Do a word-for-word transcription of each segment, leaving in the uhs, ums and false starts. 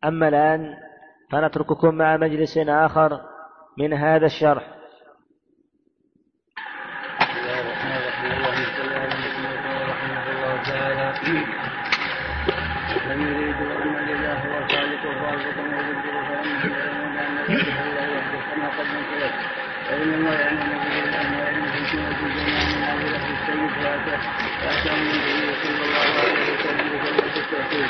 أما الآن فنترككم مع مجلس آخر من هذا الشرح. من يريد أن الإله هو الخالق الرازق ويدبر فإنه قد نزلت فإنما يعلم به الأموال في سنة الجماعة من عبد السيد فأتى من النبي صلى الله عليه وسلم بكلمة التوحيد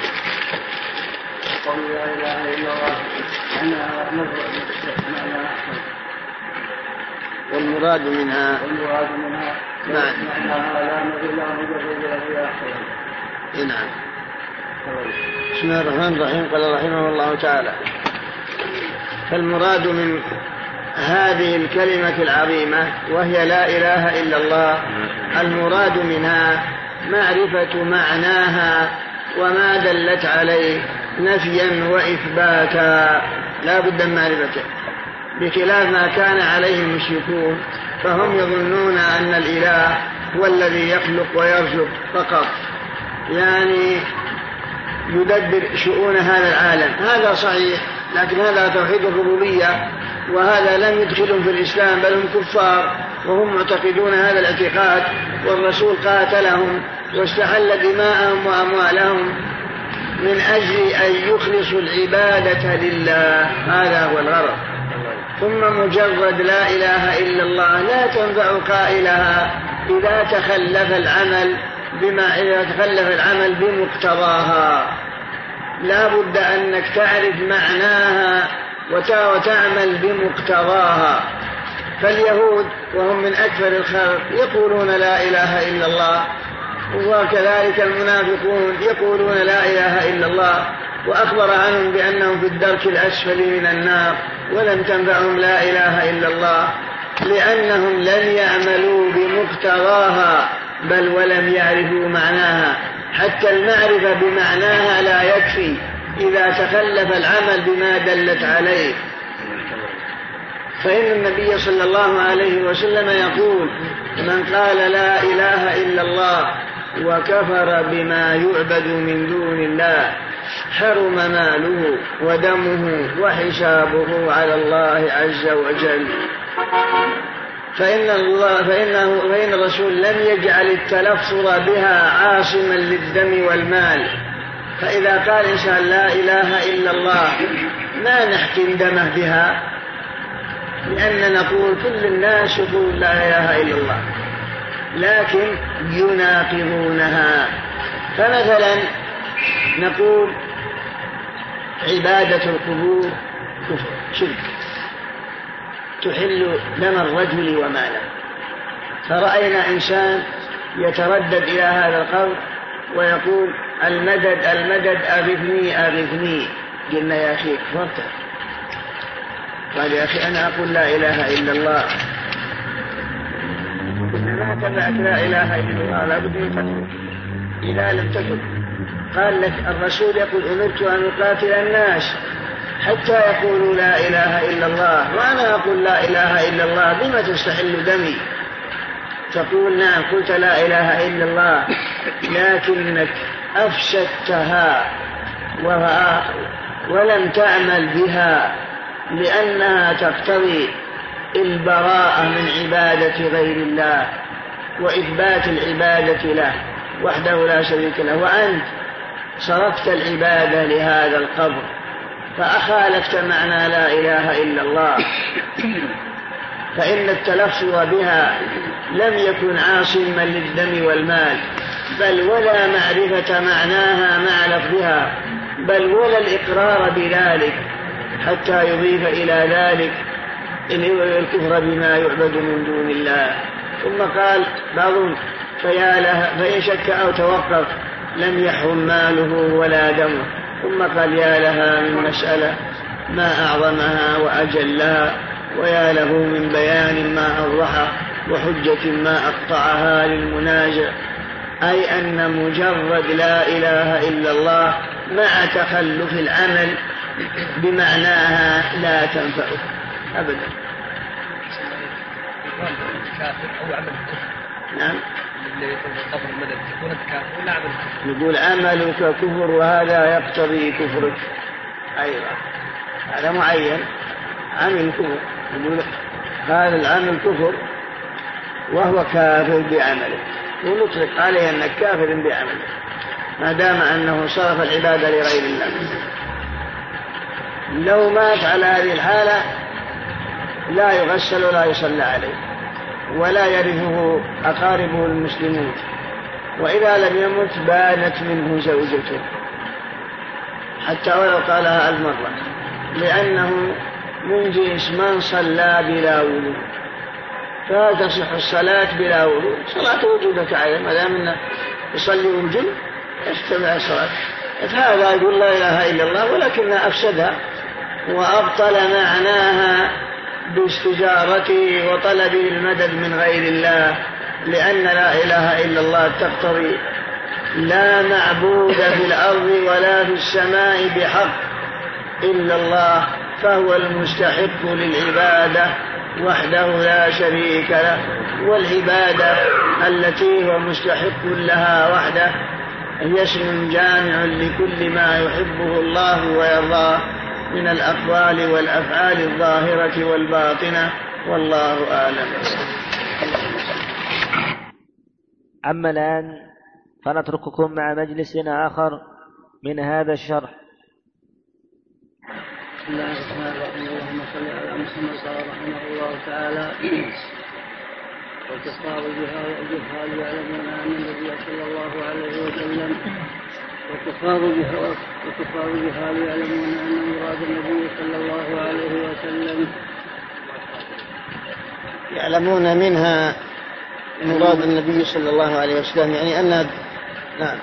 قول لا إله إلا الله أنا معنى أحسن والمراد منها والمراد منها معناها لا نبي الله مجرد الذي أحسن. نعم. بسم الله الرحمن الرحيم. قال رحمه الله تعالى: فالمراد من هذه الكلمة العظيمة وهي لا إله إلا الله، المراد منها معرفة معناها وما دلت عليه نفيا وإثباتا، لا بد من معرفته، بخلاف ما كان عليه المشركون فهم يظنون أن الإله هو الذي يخلق ويرزق فقط، يعني يدبر شؤون هذا العالم. هذا صحيح، لكن هذا توحيد الربوبية، وهذا لم يدخلهم في الإسلام بل هم كفار وهم معتقدون هذا الاعتقاد، والرسول قاتلهم واستحل دماءهم وأموالهم من أجل أن يخلصوا العبادة لله، هذا هو الغرض. ثم مجرد لا إله إلا الله لا تنفع قائلها إذا تخلف العمل بما إذا تخلف العمل بمقتضاها، لا بد أنك تعرف معناها وتعمل بمقتضاها. فاليهود وهم من أكثر الخلق يقولون لا إله إلا الله، وكذلك المنافقون يقولون لا إله إلا الله، وأخبر عنهم بأنهم في الدرك الأسفل من النار، ولم تنفعهم لا إله إلا الله لأنهم لم يعملوا بمقتضاها بل ولم يعرفوا معناها. حتى المعرفة بمعناها لا يكفي إذا تخلف العمل بما دلت عليه. فإن النبي صلى الله عليه وسلم يقول: من قال لا إله إلا الله وكفر بما يعبد من دون الله حرم ماله ودمه وحسابه على الله عز وجل. فإن, الله فإنه فإن الرسول لم يجعل التلفظ بها عاصما للدم والمال، فإذا قال إنسان لا إله إلا الله ما نحكم دمه بها، لأن نقول كل الناس يقول لا إله إلا الله لكن يناقضونها. فمثلا نقول عبادة القبور كفر شرك تحل دم الرجل وماله، فرأينا إنسان يتردد إلى هذا القبر ويقول المدد المدد أغثني أغثني، قلنا يا أخي كفرت. قال يا أخي أنا أقول لا إله إلا الله، ما تبعت لا إله إلا الله لا بد من تكفر إذا لم تكن. قال لك الرسول يقول أمرت أن أقاتل الناس حتى يقولوا لا إله إلا الله، وأنا أقول لا إله إلا الله بما تستحل دمي؟ تقول نعم قلت لا إله إلا الله لكنك أفسدتها ولم تعمل بها، لأنها تقتضي البراءة من عبادة غير الله وإثبات العبادة له وحده لا شريك له، وأنت صرفت العبادة لهذا القبر فأخالفت معنى لا إله إلا الله. فإن التلفظ بها لم يكن عاصما للدم والمال، بل ولا معرفة معناها مع لفظها، بل ولا الإقرار بذلك حتى يضيف إلى ذلك الكفر بما يعبد من دون الله. ثم قال بعضهم فيا لها فإن شك أو توقف لم يحرم ماله ولا دمه. ثم قال يا لها من مسألة ما أعظمها وأجلها، ويا له من بيان ما أوضحه وحجة ما أقطعها للمنازع، أي أن مجرد لا إله إلا الله مع تخلف العمل بمعناها لا تنفعه أبدا. نعم نقول عملك كفر وهذا يقتضي كفرك، أيضا هذا معين عمل كفر، يقول هذا العمل كفر وهو كافر بعمله، ونطلق عليه أنك كافر بعمله ما دام أنه صرف العبادة لغير الله. لو مات على هذه الحالة لا يغسل ولا يصلى عليه ولا يرثه أقاربه المسلمون، وإذا لم يمت بانت منه زوجته حتى ولو قالها ألف مرة، لأنه من جنس من صلى بلا وضوء، فلا تصح الصلاة بلا وضوء، صلاة وجودة عليه ما دام انه يصلي وجل يستمع الصلاة. هذا يقول لا إله إلا الله ولكن أفسدها وأبطل معناها باستجارته وطلبه المدد من غير الله، لأن لا إله إلا الله تقتضي لا معبود في الأرض ولا في السماء بحق إلا الله، فهو المستحق للعبادة وحده لا شريك له، والعبادة التي هو مستحق لها وحده هي اسم جامع لكل ما يحبه الله ويرضاه من الأقوال والأفعال الظاهرة والباطنة، والله أعلم. أما الآن فنترككم مع مجلس آخر من هذا الشرح. بسم الله الرحمن الرحيم. اللهم صل على محمد رحمه الله تعالى. وكفار الجهال يعلمون أن النبي صلى الله عليه وسلم وكفار الجهال يعلمون أن مراد النبي صلى الله عليه وسلم يعلمون منها مراد النبي صلى الله عليه وسلم، يعني أن نعم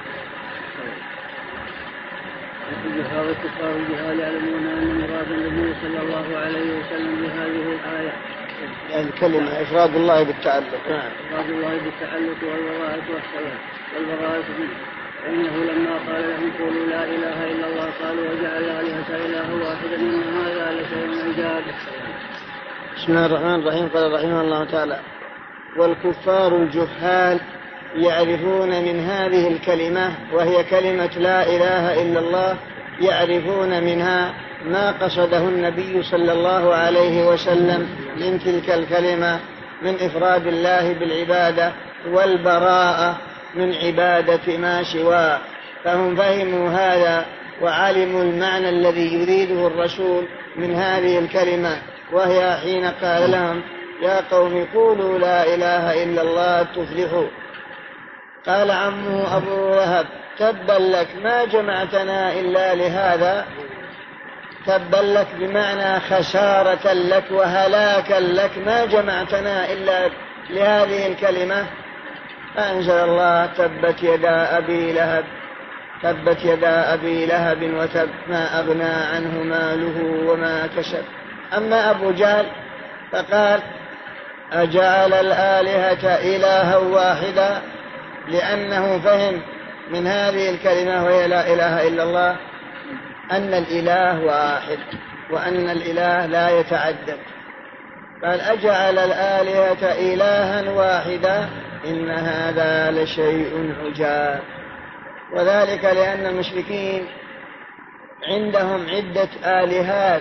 وكفار الجهال يعلمون أن مراد النبي صلى الله عليه وسلم بهذه الآية يعني الكلمة إفراد الله بالتعلق. نعم إفراد الله بالتعلق والبراءة والصلاة والبراءة منه، فإنه لما قال لهم قولوا لا إله إلا الله قالوا وجعل الآلهة إله واحدا إن هذا لشيء عجاب. بسم الله الرحمن الرحيم. قال رحمه الله تعالى: والكفار الجهال يعرفون من هذه الكلمة وهي كلمة لا إله إلا الله، يعرفون منها ما قصده النبي صلى الله عليه وسلم من تلك الكلمة من إفراد الله بالعبادة والبراءة من عبادة ما سواه، فهم فهموا هذا وعلموا المعنى الذي يريده الرسول من هذه الكلمة، وهي حين قال لهم يا قوم قولوا لا إله إلا الله تفلحوا. قال عمه أبو لهب تبا لك ما جمعتنا إلا لهذا، تبا لك بمعنى خسارة لك وهلاكا لك، ما جمعتنا إلا لهذه الكلمة. فأنزل الله تبت يدا أبي لهب تبت يدا أبي لهب وتب ما أغنى عنه ماله وما كسب. أما أبو جهل فقال أجعل الآلهة إلها واحدا، لأنه فهم من هذه الكلمة وهي لا إله إلا الله أن الإله واحد وأن الإله لا يتعدد. قال أجعل الآلهة إلها واحدا إن هذا لشيء عجاب. وذلك لأن المشركين عندهم عدة آلهات،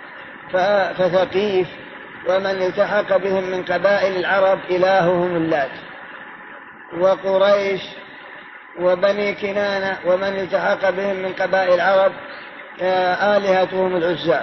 فثقيف ومن التحق بهم من قبائل العرب إلههم اللات، وقريش وبني كنانة ومن التحق بهم من قبائل العرب آلهتهم العزى،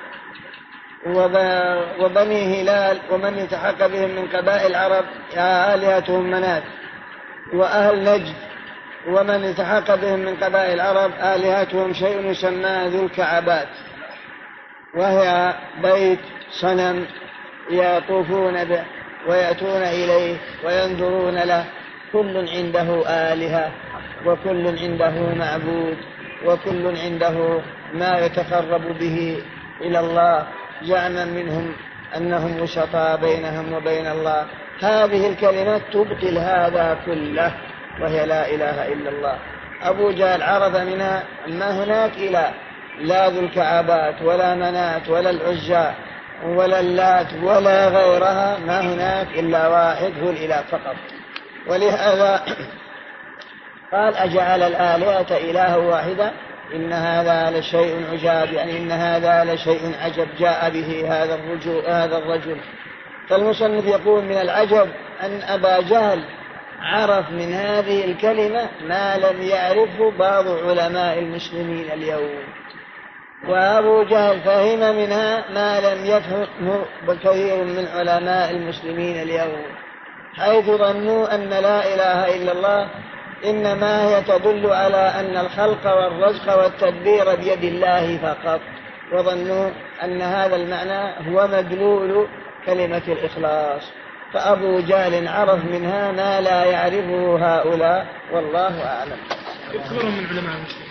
وبني هلال ومن التحق بهم من قبائل العرب آلهتهم منات، وأهل نجد ومن التحق بهم من قبائل العرب آلهتهم شيء يسمى ذو الكعبات، وهي بيت صنم يطوفون به ويأتون إليه وينظرون له، كل عنده آلهة وكل عنده معبود وكل عنده ما يتقرب به إلى الله، زعما منهم أنهم وسطاء بينهم وبين الله. هذه الكلمات تبطل هذا كله وهي لا إله إلا الله. أبو جهل عرف منها ما هناك إله، لا ذو الكعبات ولا منات ولا العزى ولا اللات ولا غيرها، ما هناك إلا واحد هو الإله فقط. ولهذا قال أجعل الآلهة إله واحدة إن هذا لشيء عجاب، يعني إن هذا لشيء عجب جاء به هذا الرجل, هذا الرجل. فالمصنف يقول من العجب أن أبا جهل عرف من هذه الكلمة ما لم يعرفه بعض علماء المسلمين اليوم، وأبو جهل فهم منها ما لم يفهمه كثير من علماء المسلمين اليوم، حيث ظنوا أن لا إله إلا الله إنما هي تدل على أن الخلق والرزق والتدبير بيد الله فقط، وظنوا أن هذا المعنى هو مدلول كلمة الإخلاص. فأبو جهل عرف منها ما لا يعرفه هؤلاء، والله أعلم. كثير من علماء المسلمين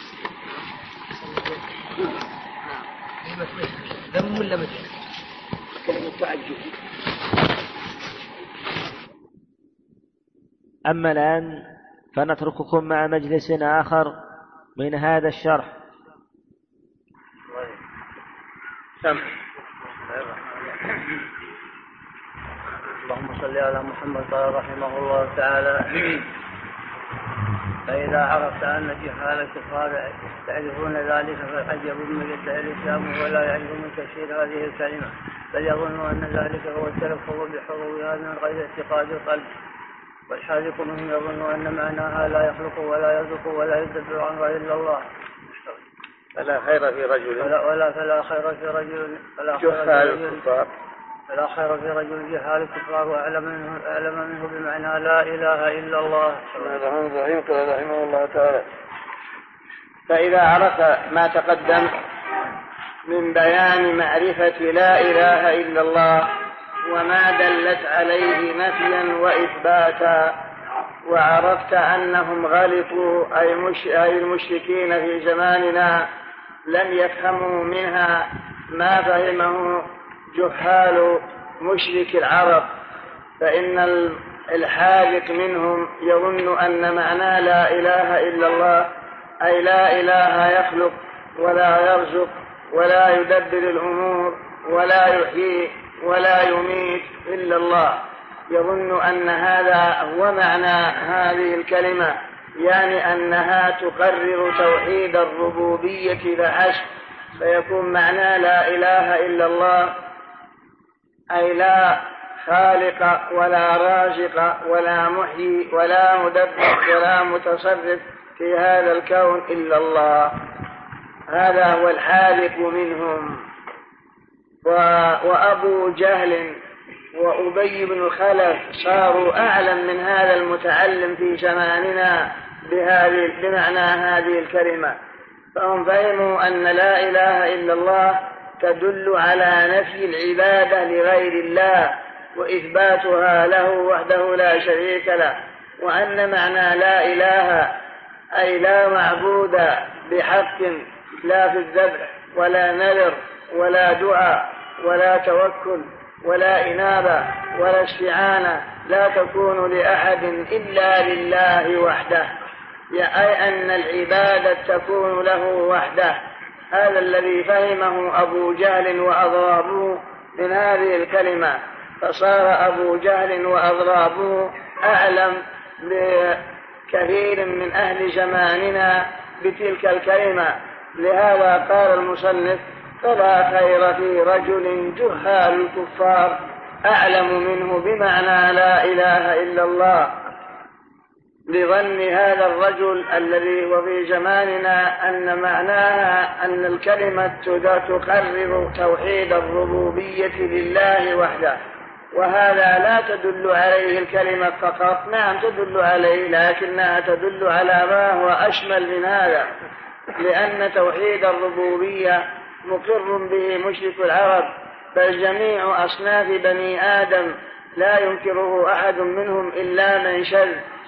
ذم ولا مدح التعجب. أما الآن فنترككم مع مجلس آخر من هذا الشرح. سمع. اللهم صل على محمد. قال رحمه الله تعالى: فإذا عرفت أن جهال الكفار يعرفون ذلك فالعجب من يدعي الإسلام ولا يعرف من تفسير هذه الكلمة، بل يظن أن ذلك هو التلفظ بحضورها من غير اعتقاد القلب، والحاذق منهم يظن أن معناها لا يخلق ولا يرزق ولا يدبر عنها إلا الله. فلا خير في رجل فلا ولا فلا خير في رجل فلا جهال الكفار فلا خير في رجل جهال الكفار وأعلم منه, أعلم منه بمعنى لا إله إلا الله. رحمه الله تعالى. فإذا عرف ما تقدم من بيان معرفة لا إله إلا الله وما دلت عليه نفيا وإثباتا، وعرفت أنهم غلطوا أي المشركين في زماننا لم يفهموا منها ما فهمه جهال مشرك العرب، فإن الحاذق منهم يظن أن معنى لا إله إلا الله أي لا إله يخلق ولا يرزق ولا يدبر الأمور ولا يحيي ولا يميت إلا الله، يظن أن هذا هو معنى هذه الكلمة، يعني أنها تقرر توحيد الربوبية فحسب، فيكون معنى لا إله إلا الله أي لا خالق ولا رازق ولا محيي ولا مدبر ولا متصرف في هذا الكون إلا الله. هذا هو الحاذق منهم. وأبو جهل وأبي بن خلف صاروا أعلم من هذا المتعلم في زماننا بهذه بمعنى هذه الكلمة، فهم فهموا أن لا إله إلا الله تدل على نفي العبادة لغير الله وإثباتها له وحده لا شريك له، وأن معنى لا إله أي لا معبود بحق، لا في الذبح ولا نذر ولا دعاء ولا توكل ولا إنابة ولا استعانة لا تكون لأحد إلا لله وحده، أي أن العبادة تكون له وحده. هذا الذي فهمه أبو جهل وأضرابه من هذه الكلمة، فصار أبو جهل وأضرابه أعلم بكثير من أهل زماننا بتلك الكلمة. لهذا قال المصنف: فلا خير في رجل جهال الكفار أعلم منه بمعنى لا إله إلا الله، لظن هذا الرجل الذي هو في زماننا أن معناها أن الكلمة تقرر توحيد الربوبية لله وحده، وهذا لا تدل عليه الكلمة فقط، نعم تدل عليه لكنها تدل على ما هو أشمل من هذا، لأن توحيد الربوبية مقر به مشرك العرب، بل جميع أصناف بني آدم لا ينكره أحد منهم إلا من شذ،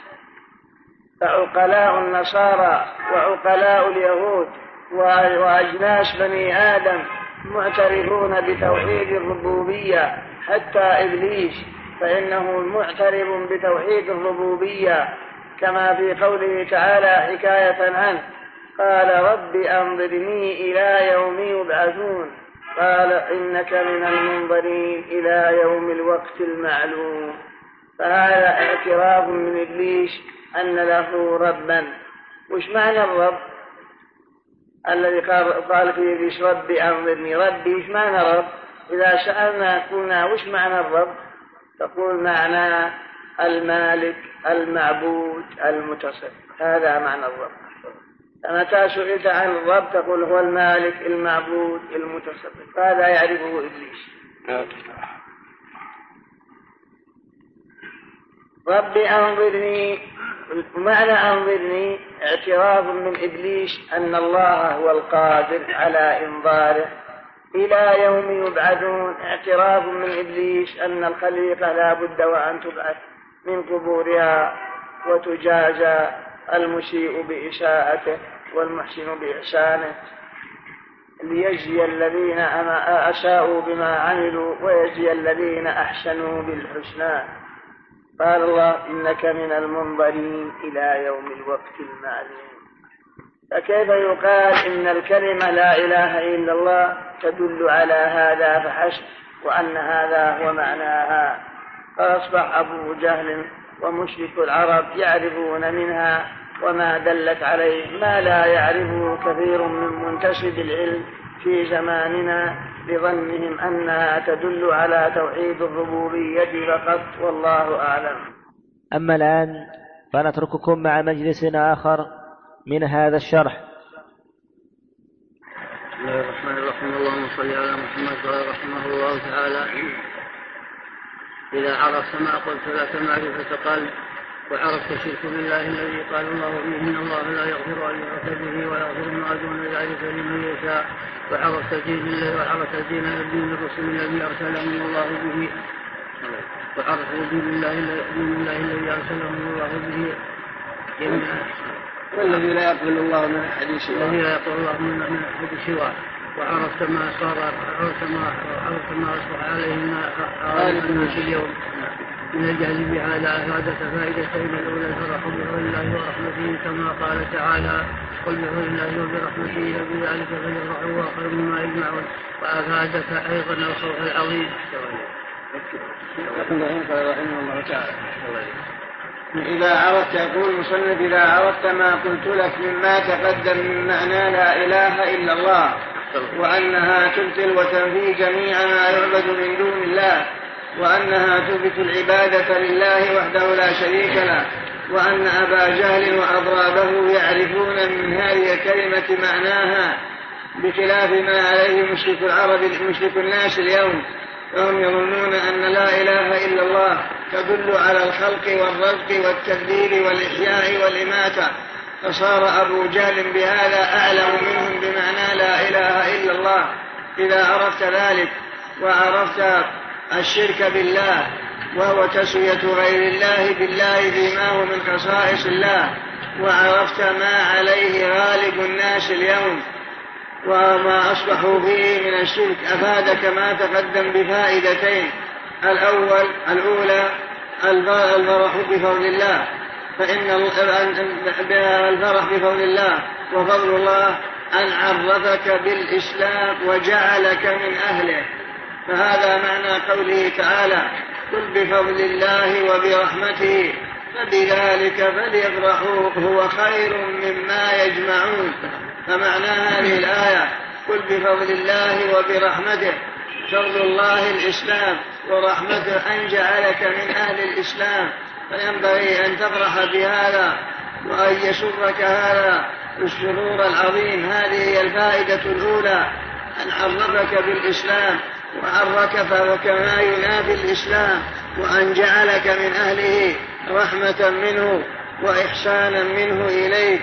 فعقلاء النصارى وعقلاء اليهود وأجناس بني آدم معترفون بتوحيد الربوبية، حتى إبليس فإنه معترف بتوحيد الربوبية، كما في قوله تعالى حكاية عنه: قال رب أنظرني إلى يوم يبعثون، قال إنك من المنظرين إلى يوم الوقت المعلوم. فهذا اعتراف من إبليس أن له ربا. وش معنى الرب؟ الذي قال فيه بيش ربي أنظرني. ربي إيش معنى رب؟ إذا سألنا قلنا وش معنى الرب؟ تقول معنى المالك المعبود المتصف، هذا معنى الرب. متى سئلت عن الرب تقول هو المالك المعبود المتصف، هذا يعرفه إبليس. ربي أنظرني، معنى أنظرني اعتراف من إبليس أن الله هو القادر على إنظاره إلى يوم يبعثون. اعتراف من إبليس أن الخليقة لا بد وأن تبعث من قبورها وتجازى، المسيء بإساءته والمحسن بإحسانه، ليجزي الذين أساءوا بما عملوا ويجزي الذين أحسنوا بالحسنى. قال الله إنك من المنظرين إلى يوم الوقت المعلوم. فكيف يقال إن الكلمة لا إله إلا الله تدل على هذا فحسب وأن هذا هو معناها؟ فأصبح أبو جهل ومشرك العرب يعرفون منها وما دلت عليه ما لا يعرفه كثير من منتسب العلم في زماننا بظنهم أنها تدل على توحيد الربوبية فقط، والله أعلم. أما الآن فنترككم مع مجلس آخر من هذا الشرح. بسم الله الرحمن الرحيم. اللهم صل على محمد وعلى رحمه الله تعالى. إذا عرفت ما قلت لك معرفة قلب وعرفت شرك بالله الذي قال الله فيه إن الله لا يغفر أن يشرك به ويغفر ما دون ذلك لمن يشاء، وعرفت دين الله وعرفت دين الدين الرسول الذي أرسله الله به، وعرفت دين الله دين الله الذي أرسله الله به جميعا، والذي لا يقبل الله من أحد سواه الذي لا يقبل الله من أحد سواه، وعرفت ما صار عرفت ما عرفت ما أصبح عليه الناس اليوم من الجهل بهذا. أفادت فائدتين: الأولى الفرح بفضل الله ورحمته كما قال تعالى قل بفضل الله وبرحمته فبذلك فليفرحوا وخير مما يجمعون. وأفادت أيضا الخوف العظيم. رحمه الله تعالى. إذا عرفت، يقول المصنف إذا عرفت ما قلت لك مما تقدم من معنى لا إله إلا الله وأنها تبطل وتنفي جميع ما يعبد من دون الله، وأنها تثبت العبادة لله وحده لا شريك له، وأن أبا جهل وأضرابه يعرفون من هذه الكلمة معناها بخلاف ما عليه مشرك العرب مشرك الناس اليوم، فهم يظنون أن لا إله إلا الله تدل على الخلق والرزق والتدبير والإحياء والإماتة، فصار أبو جهل بهذا أعلم منهم بمعنى لا إله إلا الله. إذا عرفت ذلك وعرفت الشرك بالله وهو تسوية غير الله بالله فيما هو من خصائص الله، وعرفت ما عليه غالب الناس اليوم وما أصبحوا فيه من الشرك، أفادك ما تقدم بفائدتين: الأول الأولى الفرح بفضل الله، فإن الفرح بفضل الله وفضل الله أن عرفك بالإسلام وجعلك من أهله، فهذا معنى قوله تعالى قل بفضل الله وبرحمته فبذلك فليفرحوا هو خير مما يجمعون. فمعنى هذه الآية قل بفضل الله وبرحمته، فضل الله الإسلام ورحمته أن جعلك من أهل الإسلام، فينبغي أن تفرح بهذا وأن يسرك هذا السرور العظيم. هذه هي الفائدة الأولى، أن عرفك بالإسلام وعرفك ما ينافي الإسلام، وأن جعلك من أهله رحمة منه وإحسانا منه إليك.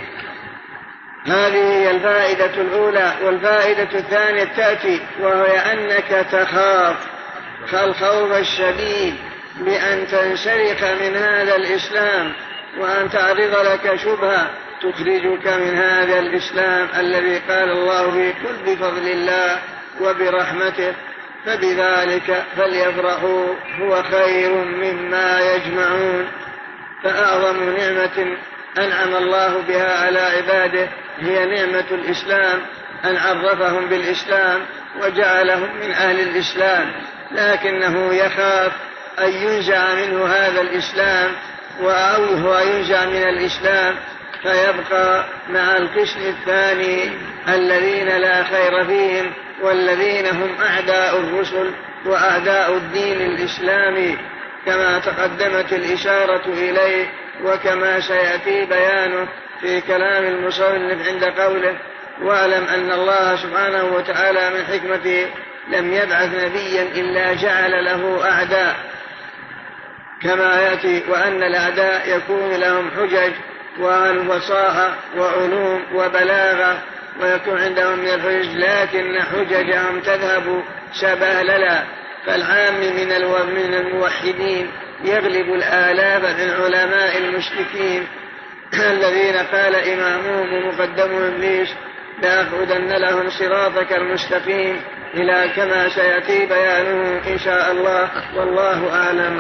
هذه هي الفائدة الأولى. والفائدة الثانية تأتي وهي أنك تخاف الخوف الشديد بأن تنسلخ من هذا الإسلام وأن تعرض لك شبهة تخرجك من هذا الإسلام الذي قال الله فيه قل بفضل الله وبرحمته فبذلك فليفرحوا هو خير مما يجمعون. فأعظم نعمة أنعم الله بها على عباده هي نعمة الإسلام، أن عرفهم بالإسلام وجعلهم من أهل الإسلام، لكنه يخاف أن ينزع منه هذا الإسلام أو هو ينزع من الإسلام فيبقى مع القسم الثاني الذين لا خير فيهم، والذين هم أعداء الرسل وأعداء الدين الإسلامي، كما تقدمت الإشارة إليه وكما سيأتي بيانه في كلام المصنف عند قوله: واعلم أن الله سبحانه وتعالى من حكمته لم يبعث نبيا إلا جعل له أعداء، كما يأتي: وأن الأعداء يكون لهم حجج وفصاحة وعلوم وبلاغة ويكون عندهم من الحجج، لكن حججهم تذهب سبهللا. فالعام من الموحدين يغلب الآلاف من علماء المشركين الذين قال إمامهم ومقدمهم إبليس: لأقعدن لهم صراطك المستقيم، إلى كما سيأتي بيانه إن شاء الله، والله أعلم.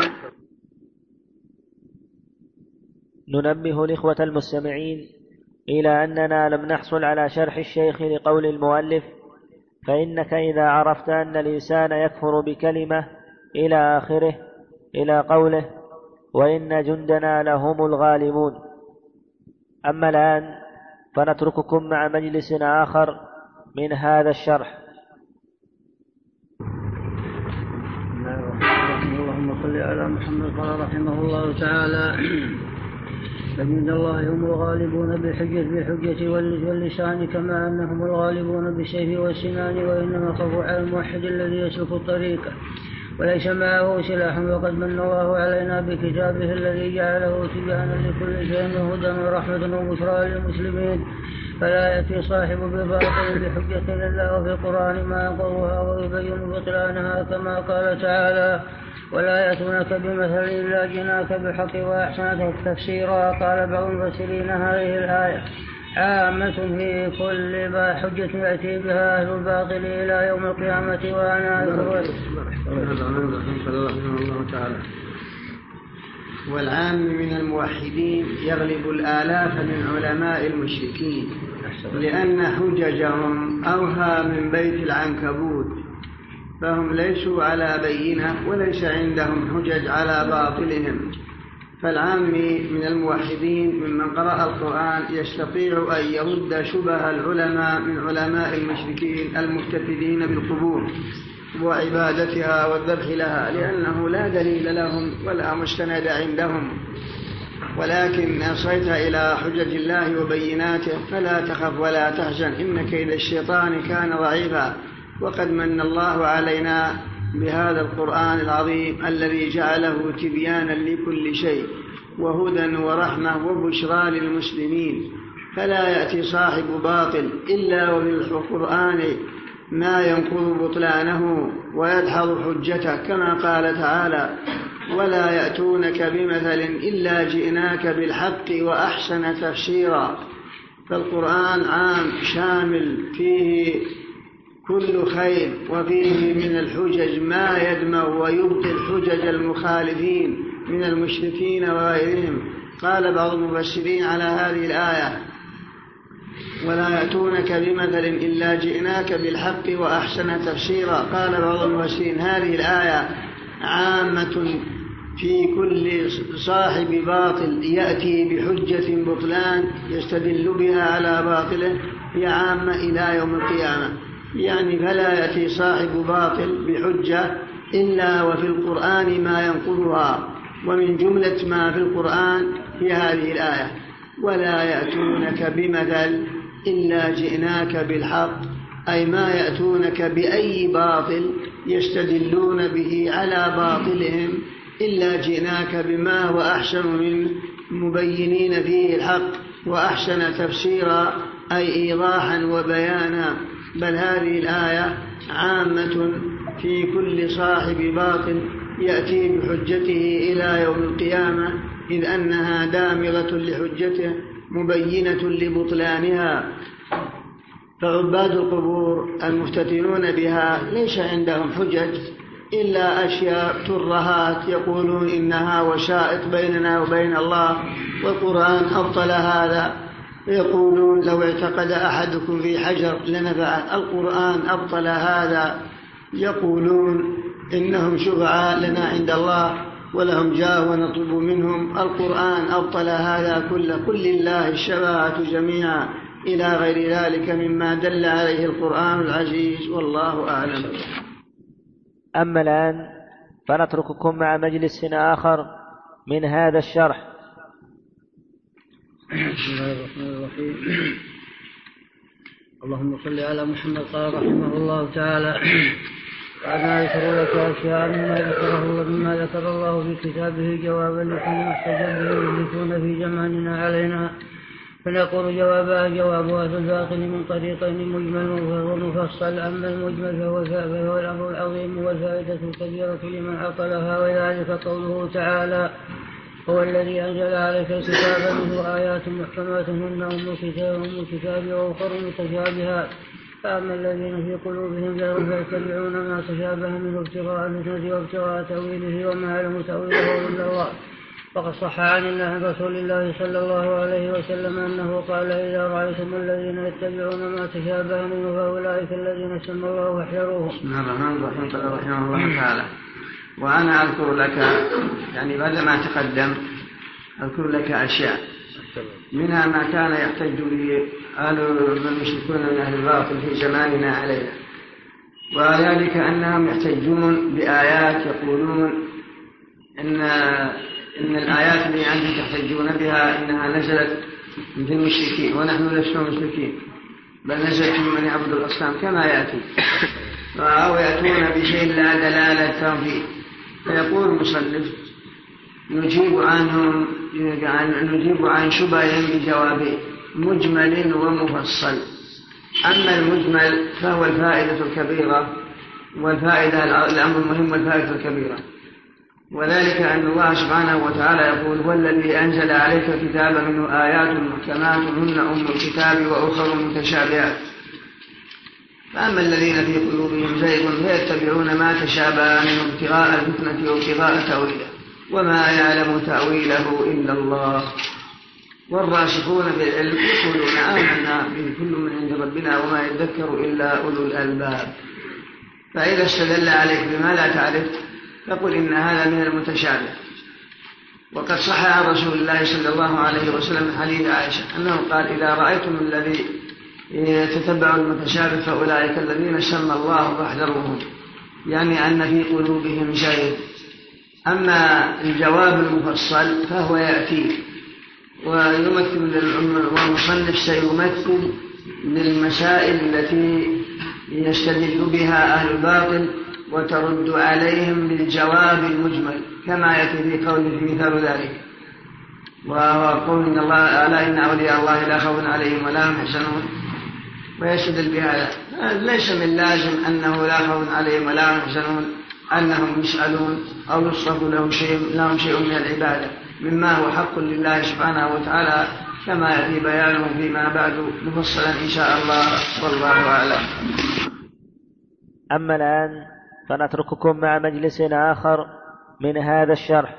ننبه الإخوة المستمعين إلى أننا لم نحصل على شرح الشيخ لقول المؤلف: فإنك إذا عرفت أن الإنسان يكفر بكلمة إلى آخره، إلى قوله: وإن جندنا لهم الغالبون. أما الآن فنترككم مع مجلس آخر من هذا الشرح. اللهم صل على محمد. قال رحمه الله تعالى: فجند الله هم الغالبون بالحجة بالحجة واللسان، كما أنهم الغالبون بالسيف والسنان، وإنما خافوا على الموحد الذي يسلك الطريق وليس معه سلاح. وقد من الله علينا بكتابه الذي جعله تبيانا لكل شيء وهدى ورحمة وبشرى للمسلمين، فلا يأتي صاحب بباطل بحجة إلا وفي القرآن ما ينقضها ويبين بطلانها، كما قال تعالى: ولا يأتونك بمثل إلا جئناك بالحق وأحسن تفسيرا. قال بعض المفسرين: هذه الآية عامة في كل ما حجة يأتي بها أهل الباطل إلى يوم القيامة. وأنا والعام من الموحدين يغلب الآلاف من علماء المشركين، لأن حججهم أوهى من بيت العنكبوت، فهم ليسوا على بينة وليس عندهم حجج على باطلهم. فالعام من الموحدين ممن قرأ القرآن يستطيع أن يرد شبه العلماء من علماء المشركين المفتتدين بالقبور وعبادتها والذبح لها، لأنه لا دليل لهم ولا مستند عندهم. ولكن أصيت إلى حجج الله وبيناته فلا تخف ولا تحزن، إن كيد الشيطان كان ضعيفا. وقد من الله علينا بهذا القرآن العظيم الذي جعله تبيانا لكل شيء وهدى ورحمة وبشرى للمسلمين، فلا يأتي صاحب باطل إلا وفي القرآن ما ينقض بطلانه ويدحض حجته، كما قال تعالى: ولا يأتونك بمثل إلا جئناك بالحق وأحسن تفسيرا. فالقرآن عام شامل فيه كل خير، وفيه من الحجج ما يدمغ ويبطل حجج المخالفين من المشركين وغيرهم. قال بعض المفسرين على هذه الآية: ولا يأتونك بمثل إلا جئناك بالحق وأحسن تفسيرا. قال بعض المفسرين: هذه الآية عامة في كل صاحب باطل يأتي بحجة بطلان يستدل بها على باطله، هي عامة إلى يوم القيامة. يعني فلا يأتي صاحب باطل بحجة إلا وفي القرآن ما ينقضها، ومن جملة ما في القرآن هي هذه الآية: ولا يأتونك بمثل إلا جئناك بالحق، أي ما يأتونك بأي باطل يستدلون به على باطلهم إلا جئناك بما هو أحسن من مبينين فيه الحق وأحسن تفسيرا، أي إيضاحا وبيانا. بل هذه الآية عامة في كل صاحب باطل يأتي بحجته إلى يوم القيامة، إذ أنها دامغة لحجته مبينة لبطلانها. فعباد القبور المفتتنون بها ليس عندهم حجج إلا أشياء ترهات يقولون إنها وسائط بيننا وبين الله، والقرآن أبطل هذا. يقولون: لو اعتقد أحدكم في حجر لنفعه، القرآن أبطل هذا. يقولون إنهم شفعاء لنا عند الله ولهم جاه ونطلب منهم، القرآن أبطل هذا كله. قل لله الشفاعة جميعا، إلى غير ذلك مما دل عليه القرآن العزيز، والله أعلم. أما الآن فنترككم مع مجلس آخر من هذا الشرح. بسم الله الرحمن الرحيم. اللهم صل على محمد. قال رحمه الله تعالى: وأنا أذكر لك أشياء مما ذكره مما ذكر الله في كتابه جوابا لكل مستجاب يهلكون في زماننا علينا، فنقول جوابها جواب أهل الباطل من طريقين: مجمل ومفصل. أما المجمل فهو, فهو الأمر العظيم والفائدة الكبيرة لمن عقلها، وذلك قوله تعالى: هو الذي أنزل عليك الكتاب منه آيات محكمات هن أم الكتاب أم الكتاب وأخر متشابهات، فأما الذين في قلوبهم زيغ فيتبعون ما تشابه منه ابتغاء الفتنة وابتغاء تأويله وما يعلم تأويله إلا الله. فقد صح عن رسول الله صلى الله عليه وسلم أنه قال: إذا رأيتم الذين يتبعون ما تشابه منه فأولئك الذين سمى الله واحذروهم. بسم الله الرحمن الرحيم. قال رحمه الله تعالى: وأنا أذكر لك، يعني بعد ما تقدم أذكر لك أشياء منها ما كان يحتج به أهل المشركون من أهل الباطل في زماننا علينا، وذلك أنهم يحتجون بآيات يقولون إن إن الآيات اللي أنتم تحتجون بها إنها نزلت من المشركين ونحن لسنا مشركين، بل نزلت من يعبد الأصنام كما يأتي، أو يأتون بشيء لا دلالة فيه. فيقول المصنف: نجيب عنهم نجيب عن شبههم بجوابين: مجمل ومفصل. أما المجمل فهو الفائدة الكبيرة، والفائدة الأمر المهم والفائدة الكبيرة، وذلك أن الله سبحانه وتعالى يقول: هو الذي أنزل عليك الكتاب منه آيات محكمات هن أم الكتاب وأخر متشابهات. فأما الذين في قلوبهم زيغ فيتبعون ما تشابه منه ابتغاء الفتنة وابتغاء تأويله وما يعلم تأويله إلا الله. والراسخون في العلم يقولون: آمنا به كل من عند ربنا وما يذكر إلا أولو الألباب. فإذا استدل عليك بما لا تعرف فقل إن هذا من المتشابه. وقد صح عن رسول الله صلى الله عليه وسلم حديث عائشة أنه قال: إذا رأيتم الذي يتتبع المتشابه فأولئك الذين سمى الله فاحذروهم، يعني أن في قلوبهم شيء. أما الجواب المفصل فهو يأتي ويمثل والمصنف سيمثل للمسائل التي يستدل بها أهل الباطل وترد عليهم بالجواب المجمل، كما يأتي في قوله في مثال ذلك، وهو قول إن الله ألا إن أولياء الله لا خوف عليهم ولا هم يحزنون، ويستدل بهذا. ليس من لازم أنه لا خوف عليهم ولا هم يحزنون أنهم يسألون أو يصرف لهم شيء, لهم شيء من العبادة مما هو حق لله سبحانه وتعالى، كما يأتي بيانه فيما بعد مفصلا إن شاء الله، والله أعلم. أما الآن فنترككم مع مجلس آخر من هذا الشرح.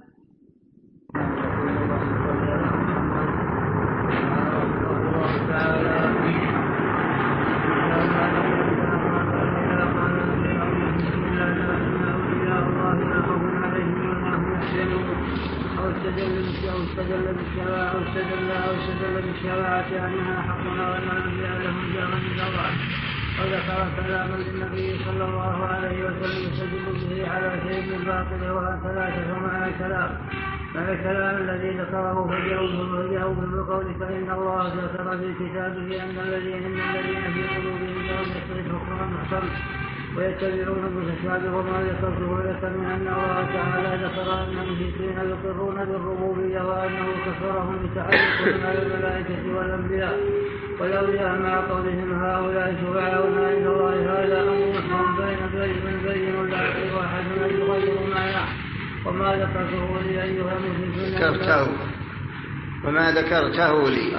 واستدل بالشفاعة واستدل بالشفاعة أنها حقنا وأن الأنبياء لهم جاء من الله، وذكر كلاما للنبي صلى الله عليه وسلم يستدل به على شيء من باطله وهكذا فمعنى الكلام معنى الكلام الذي ذكره فجاءوا بالقول: فإن الله ذكر في كتابه أن الذين من الذين في قلوبهم زيغ يتبعون محكم ويتبعون المتشابه. وما ذكرته لك من أن الله تعالى ذكر أن المشركين يقرون بالربوبية وأنه كفرهم بتعلقهم على الملائكة والأنبياء والأولياء مع قولهم هؤلاء شفعاؤنا عند الله. هذا أمر محكم بين بين بين لا يستطيع أحد أن يغير معناه. وما ذكرته لي أيها المشركون وما ذكرته لي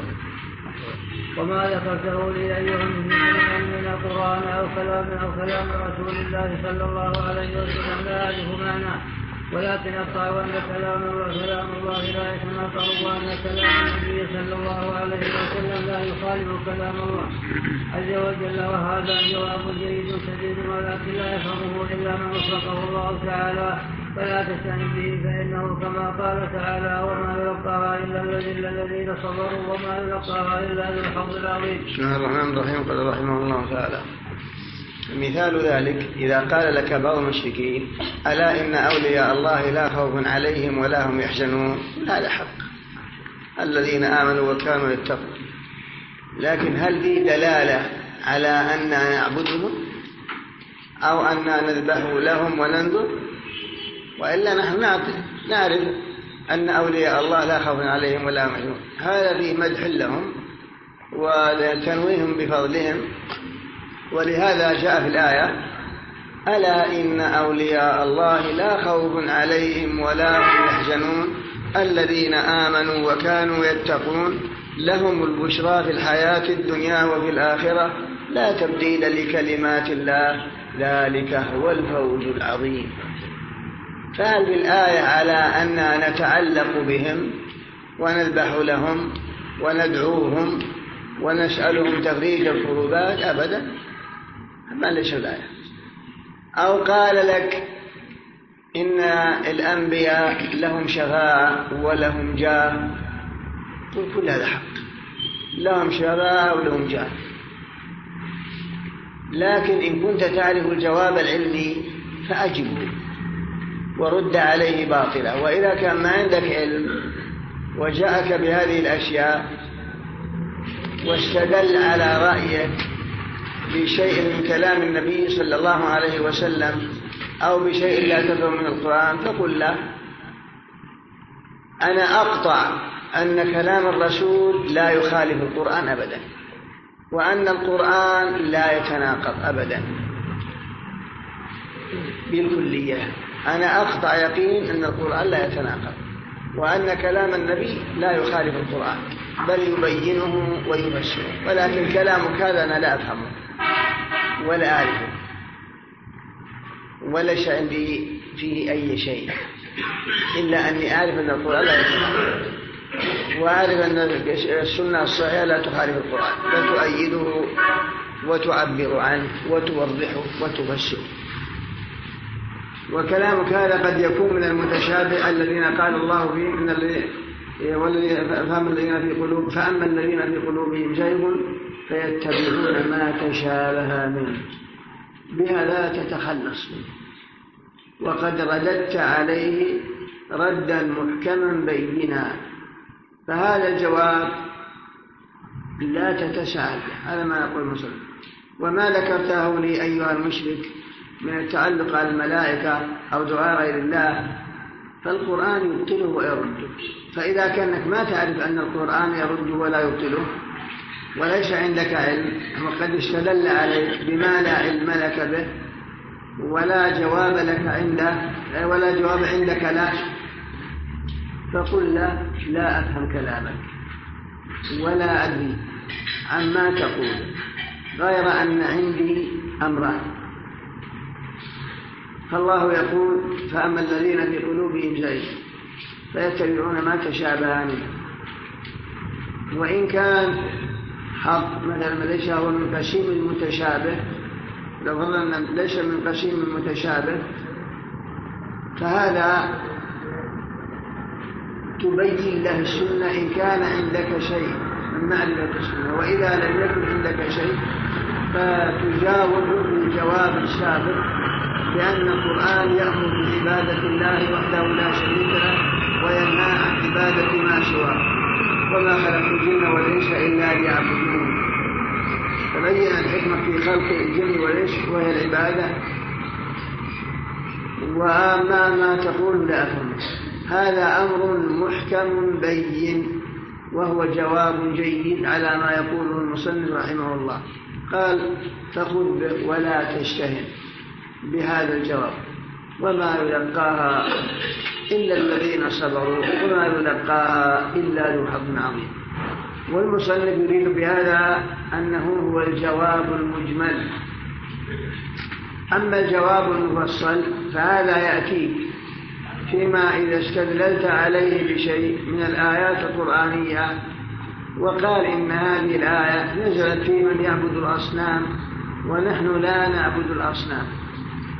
وما ذكرته لي أيها المسلمين من القرآن أو كلام أو كلام رسول الله صلى الله عليه وسلم لا أعرف معناه، ولكن أقطع أن كلام الله كلام الله لا يتناقض، وأن كلام النبي صلى الله عليه وسلم لا يخالف كلام الله عز وجل. وهذا جواب جيد سديد، ولكن لا يفهمه إلا من وفقه الله تعالى فلا تستعن به فإنه كما قال تعالى وما يلقاها إلا الذين صبروا وما يلقاها إلا ذو الحظ العظيم. بسم الله الرحمن الرحيم. قال رحمه الله تعالى مثال ذلك إذا قال لك بعض المشركين ألا إن أولياء الله لا خوف عليهم ولا هم يحزنون، هذا حق، الذين آمنوا وكانوا يتقون، لكن هل دي دلالة على أننا نعبدهم أو أننا نذبح لهم وننذر؟ وإلا نحن نعرف أن أولياء الله لا خوف عليهم ولا هم يحزنون، هذا في مدح لهم وتنويهم بفضلهم. ولهذا جاء في الآية ألا إن أولياء الله لا خوف عليهم ولا هم يحزنون الذين آمنوا وكانوا يتقون لهم البشرى في الحياة الدنيا وفي الآخرة لا تبديل لكلمات الله ذلك هو الفوز العظيم. فهل بالآية على أننا نتعلق بهم ونذبح لهم وندعوهم ونسألهم تفريج الكروبات؟ أبدا، ما ليش الآية. أو قال لك إن الأنبياء لهم شفاعة ولهم جاه، كل هذا حق، لهم شفاعة ولهم جاه، لكن إن كنت تعرف الجواب العلمي فأجبه ورد عليه باطلا. وإذا كان ما عندك علم وجاءك بهذه الأشياء واستدل على رأيك بشيء من كلام النبي صلى الله عليه وسلم أو بشيء لا تفهم من القرآن فقل له أنا أقطع أن كلام الرسول لا يخالف القرآن أبدا، وأن القرآن لا يتناقض أبدا بالكلية. أنا أقطع يقين أن القرآن لا يتناقض وأن كلام النبي لا يخالف القرآن بل يبينه ويبشره، ولكن كلامك هذا أنا لا أفهمه ولا أعرفه وليس عندي فيه أي شيء إلا أني أعرف أن القرآن لا يتناقض، وأعرف أن السنة الصحيحة لا تخالف القرآن بل تؤيده وتعبر عنه وتوضحه وتفسره. وكلامك هذا قد يكون من المتشابه الذين قال الله فيه من فأما الذين في قلوب فأما الذين في قلوبهم زيغ فيتبعون ما تشابه منه، بهذا تتخلص منه. وقد رددت عليه ردا محكما بينا، فهذا الجواب لا تتساءل، هذا ما يقول المسلم. وما ذكرته لي أيها المشرك من التعلق على الملائكة أو دعاء غير الله فالقرآن يبطله ويرده. فإذا كانك ما تعرف أن القرآن يرد ولا يبطله وليس عندك علم وقد استدل عليك بما لا علم لك به ولا جواب لك عنده ولا جواب عندك له، فقل لا لا أفهم كلامك ولا أدري عما تقول، غير أن عندي أمران. فالله يقول فأما الذين في قلوبهم زيغ فيتبعون ما تشابه منه، وإن كان حق مثلا ليس هو من قسيم المتشابه، لو فرضنا أن ليس من قسيم المتشابه فهذا تبين له السنة إن كان عندك شيء من معرفة السنة، وإذا لم يكن عندك شيء فتجاوب بالجواب السابق بأن القرآن يأمر بعبادة الله وحده لا شريك له وينهى عن عبادة ما سواه وما خلقت الجن والإنس إلا ليعبدون. تبين الحكمة في خلق الجن والإنس وهي العبادة. وأما ما تقول لا أفهم، هذا أمر محكم بين وهو جواب جيد على ما يقوله المصنف رحمه الله. قال فخذ ولا تشتهن بهذا الجواب وما يلقاها إلا الذين صبروا وما يلقاها إلا ذو حظ عظيم. والمصنف يريد بهذا أنه هو الجواب المجمل. أما الجواب المفصل فهذا يأتيك فيما إذا استدللت عليه بشيء من الآيات القرآنية وقال إن هذه الآية نزلت في من يعبد الأصنام ونحن لا نعبد الأصنام،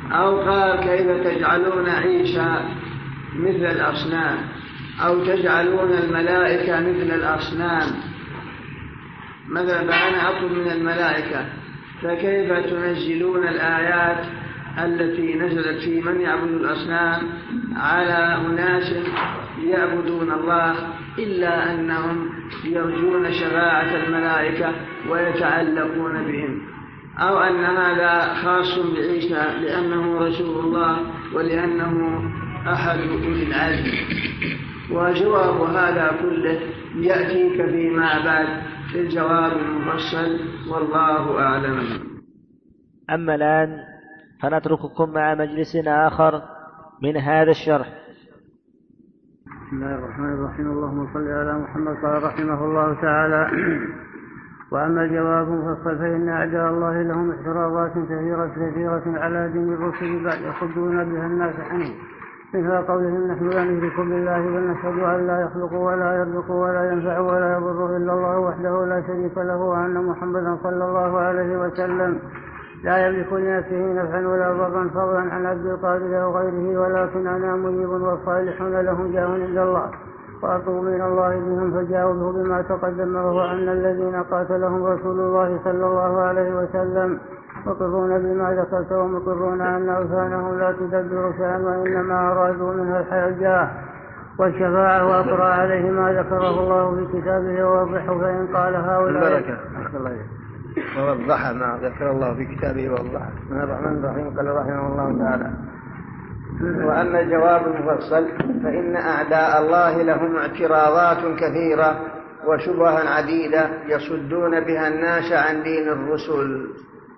أو قال كيف تجعلون عيسى مثل الأصنام، أو تجعلون الملائكة مثل الأصنام. مثلا فأنا أطلب من الملائكة، فكيف تنزلون الآيات التي نزلت في من يعبد الأصنام على أناس يعبدون الله، إلا أنهم يرجون شفاعة الملائكة ويتعلقون بهم، أو أن هذا خاص بعيسى لأنه رسول الله ولأنه أحد أولي العزم. وجواب هذا كله يأتيك فيما بعد في الجواب المفصل، والله أعلم. أما الآن فنترككم مع مجلس آخر من هذا الشرح. بسم الله الرحمن الرحيم. اللهم صل على محمد. قال رحمه الله تعالى: وأما الجواب فصل فإن أعداء الله لهم اعتراضات كثيرة كثيرة على دين الرسل بعد يصدون بها الناس عنه، منها قولهم نحن لا نشرك بالله بل نشهد أن لا يخلق ولا يرزق ولا ينفع ولا يضر إلا الله وحده لا شريك له، وأن محمدا صلى الله عليه وسلم لا يملك لنفسه نفعا ولا ضرا فضلا عن عبد القادر أو غيره، ولكن أنا منيب والصالحون لهم جاه عند الله وأطلب من الله بهم، فجاوبه بما تقدم، وهو أن الذين قاتلهم رسول الله صلى الله عليه وسلم مقرون بما ذكرت ومقرون أن أوثانهم لا تدبر شيئا وإنما أرادوا منها الحياة والشفاعة، وأقرأ عليه ما ذكره الله في كتابه ووضحه. فإن قال هؤلاء ووضح ما ذكر الله في كتابه ووضحه. بسم الله الرحمن الرحيم. قال رحمه الله تعالى: وأما الجواب المفصل فإن أعداء الله لهم اعتراضات كثيرة وشبها عديدة يصدون بها الناس عن دين الرسل.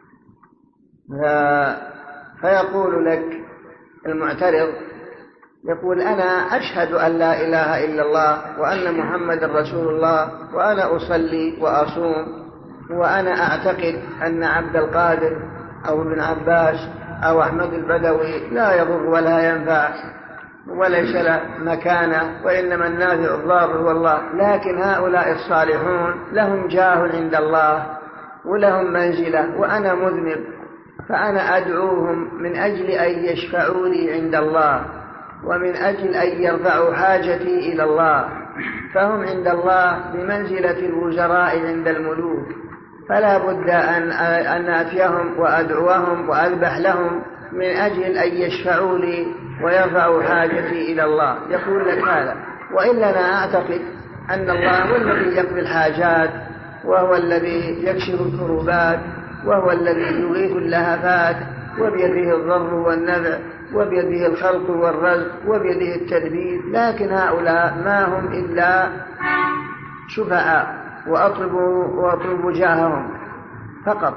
فيقول لك المعترض، يقول أنا أشهد أن لا إله إلا الله وأن محمد رسول الله، وأنا أصلي وأصوم، وأنا أعتقد أن عبد القادر أو ابن عباس أو أحمد البدوي لا يضر ولا ينفع وليس له مكانة، وإنما النافع الضار هو الله. لكن هؤلاء الصالحون لهم جاه عند الله ولهم منزلة، وأنا مذنب، فأنا أدعوهم من أجل أن يشفعوا لي عند الله ومن أجل أن يرفعوا حاجتي إلى الله، فهم عند الله بمنزلة الوزراء عند الملوك، فلا بد أن أن أتيهم وأدعوهم وأذبح لهم من أجل أن يشفعوا لي ويرفعوا حاجتي إلى الله. يقول لك هذا، وإلا أنا أعتقد أن الله هو الذي يقضي الحاجات، وهو الذي يكشف الكروبات، وهو الذي يغيث اللهفات، وبيده الضر والنفع، وبيده الخلق والرزق، وبيده التدبير. لكن هؤلاء ما هم إلا شفعاء وأطلبوا وأطلبوا جاههم فقط.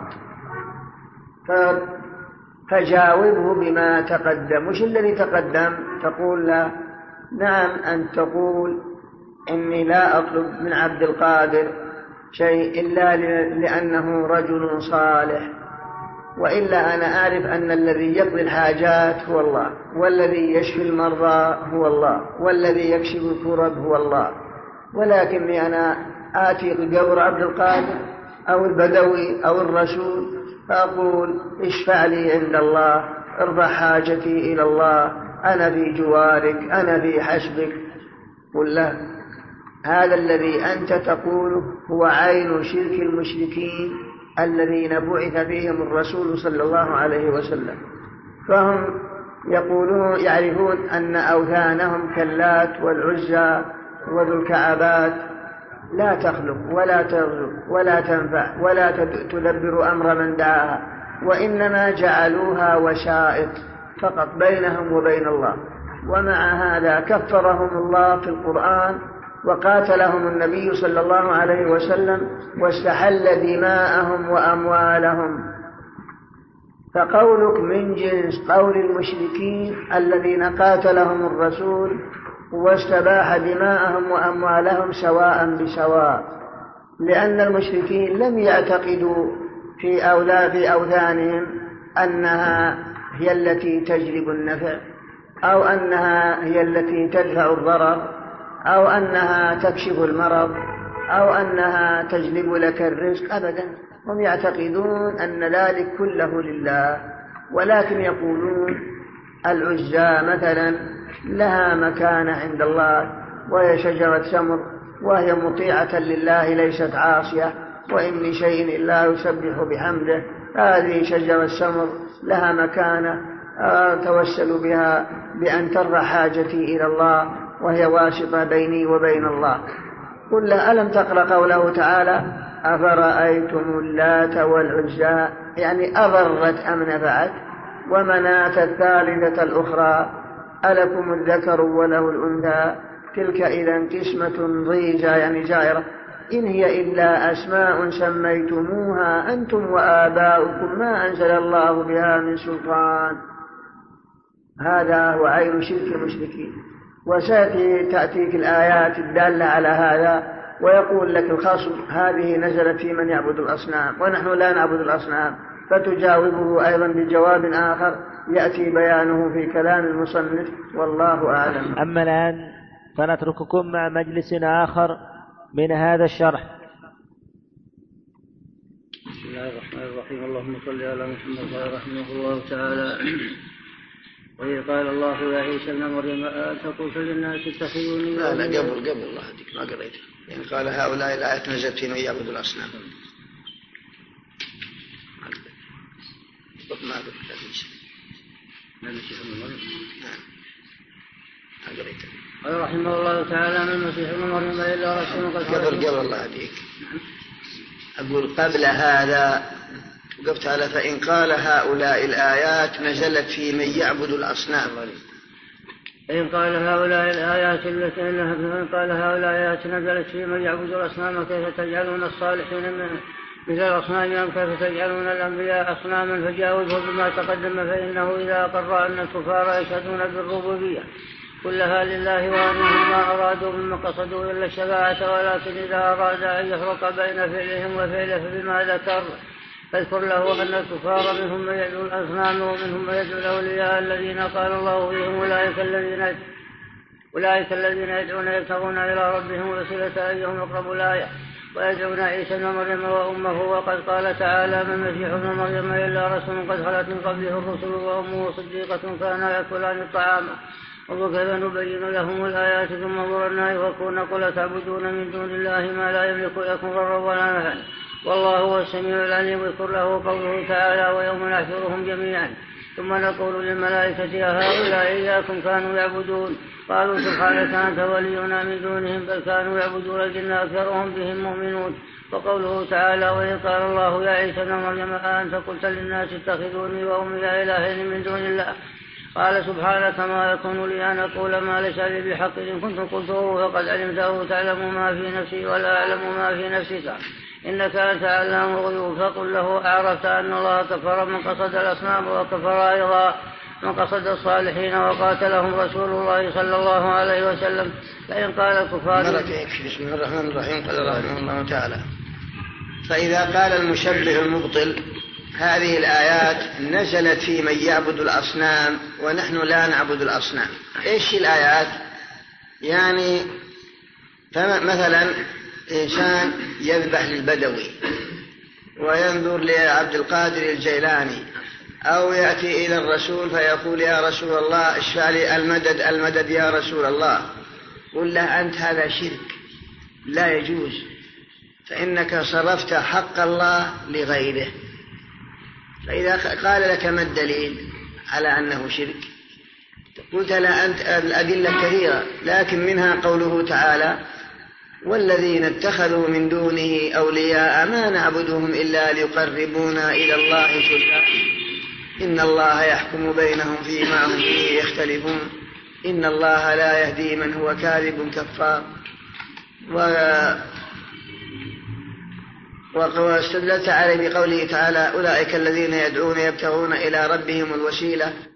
فجاوبه بما تقدم. وش الذي تقدم؟ تقول له نعم، أن تقول إني لا أطلب من عبد القادر شيء إلا لأنه رجل صالح، وإلا أنا أعرف أن الذي يقضي الحاجات هو الله، والذي يشفي المرضى هو الله، والذي يكشف الكرب هو الله، ولكني أنا آتي قبر عبد القادر أو البدوي أو الرسول فأقول اشفع لي عند الله، ارفع حاجتي إلى الله، أنا في جوارك، أنا في حسبك. قل له هذا الذي أنت تقوله هو عين شرك المشركين الذين بعث فيهم الرسول صلى الله عليه وسلم. فهم يقولون يعرفون أن أوثانهم كاللات والعزى وذو الكعبات لا تخلق ولا ترزق ولا تنفع ولا تدبر أمر من دعاها، وإنما جعلوها وسائط فقط بينهم وبين الله. ومع هذا كفرهم الله في القرآن وقاتلهم النبي صلى الله عليه وسلم واستحل دماءهم وأموالهم. فقولك من جنس قول المشركين الذين قاتلهم الرسول واستباح دماءهم وأموالهم سواء بسواء، لأن المشركين لم يعتقدوا في أولى في أوثانهم أنها هي التي تجلب النفع، أو أنها هي التي تدفع الضرر، أو أنها تكشف المرض، أو أنها تجلب لك الرزق. أبدا، هم يعتقدون أن ذلك كله لله، ولكن يقولون العزى مثلا لها مكانة عند الله، وهي شجرة سمر، وهي مطيعة لله ليست عاصية، وإن من شيء إلا يسبح بحمده. هذه شجرة سمر لها مكانة أتوسل بها بأن تر حاجتي إلى الله، وهي واسطة بيني وبين الله. قل له ألم تقرأ قوله تعالى أفرأيتم اللات والعزى، يعني أضرت أم نفعت؟ ومناة الثالثة الأخرى ألكم الذكر وله الأنثى تلك إذا قسمة ضيزى، يعني جائرة. إن هي إلا أسماء سميتموها أنتم وآباؤكم ما أنزل الله بها من سلطان. هذا هو عين شرك المشركين. وسأتي تأتيك الآيات الدالة على هذا، ويقول لك الخصم هذه نزلت في من يعبد الأصنام ونحن لا نعبد الأصنام، فتجاوبه أيضا بجواب آخر يأتي بيانه في كلام المصنف، والله أعلم. أما الآن فنترككم مع مجلس آخر من هذا الشرح. بسم الله الرحمن الرحيم. اللهم صل على محمد قال رحمه الله تعالى: وإذ قال الله يا عيسى ابن مريم أأنت قلت للناس اتخذوني؟ لا لا قبل قبل الله هديك ما قريت. يعني قال هؤلاء الآيات نزلت في من يعبد الأصنام. ما قلت نعم ما قريت. قال رحمه الله تعالى: من المسيح ابن مريم إلا رسول قد قبل قبل الله هديك. أقول قبل هذا وقفت على فإن قال هؤلاء الآيات نزلت في من يعبد الأصنام. إن قال هؤلاء الآيات التي إن قال هؤلاء الآيات نزلت في من يعبد الأصنام كيف تجعلون الصالحين مثل الأصنام أم كيف تجعلون الأنبياء أصناما؟ فجاوبه بما تقدم، فإنه إذا أقر أن الكفار يشهدون بالربوبية كلها لله وأنهم ما أرادوا مما قصدوا إلا الشفاعة، ولكن إذا أراد أن يفرق بين فعلهم وفعله فبما ذكر فاذكر له أن الكفار منهم من يدعو الأصنام ومنهم من يدعو الأولياء الذين قال الله فيهم أولئك الذين أولئك الذين يدعون يبتغون إلى ربهم وسيلة أيهم أقرب الآية، ويدعون عيسى ابن مريم وأمه. وقد قال تعالى: ما المسيح ابن مريم إلا رسول قد خلت من قبله الرسل وأمه صديقة كانا يأكلان الطعام وكذا نبين لهم الآيات ثم أمرنا يفكون قل تعبدون من دون الله ما لا يملك لكم ضرا ولا نفعا والله هو السميع العليم. واذكر له قوله تعالى: ويوم نحشرهم جميعا ثم نقول للملائكة هؤلاء إياكم كانوا يعبدون قالوا سبحانك أنت ولينا من دونهم بل كانوا يعبدون الجن أكثرهم بهم مؤمنون. وقوله تعالى: وإذ قال الله يا عيسى ابن مريم أأنت قلت للناس اتخذوني وأمي إلهين من دون الله قال سبحانك ما يكون لي أن أقول ما ليس لي بحق، إن كنت قلته فقد علمته تعلم ما في نفسي ولا أعلم ما في نفسك إنك أنت علام الغيوب. فقل له أعرفت أن الله كفر من قصد الأصنام وكفر أيضا من قصد الصالحين وقاتلهم رسول الله صلى الله عليه وسلم. فإن قال الكفار بسم الله الرحمن الرحيم. قال رحمه الله تعالى: فإذا قال المشبه المبطل هذه الآيات نزلت في من يعبد الأصنام ونحن لا نعبد الأصنام. إيش الآيات؟ يعني مثلا إنسان يذبح للبدوي وينظر لعبد القادر الجيلاني، أو يأتي إلى الرسول فيقول يا رسول الله اشفع لي المدد المدد يا رسول الله. قل له أنت هذا شرك لا يجوز، فإنك صرفت حق الله لغيره. فإذا قال لك ما الدليل على أنه شرك؟ قلت لا أنت الأدلة كثيرة، لكن منها قوله تعالى: والذين اتخذوا من دونه أولياء ما نعبدهم إلا ليقربونا إلى الله زلفى إن الله يحكم بينهم فيما هم فيه يختلفون إن الله لا يهدي من هو كاذب كفار. واستدلت عليه بقوله تعالى: أولئك الذين يدعون يبتغون إلى ربهم الوسيلة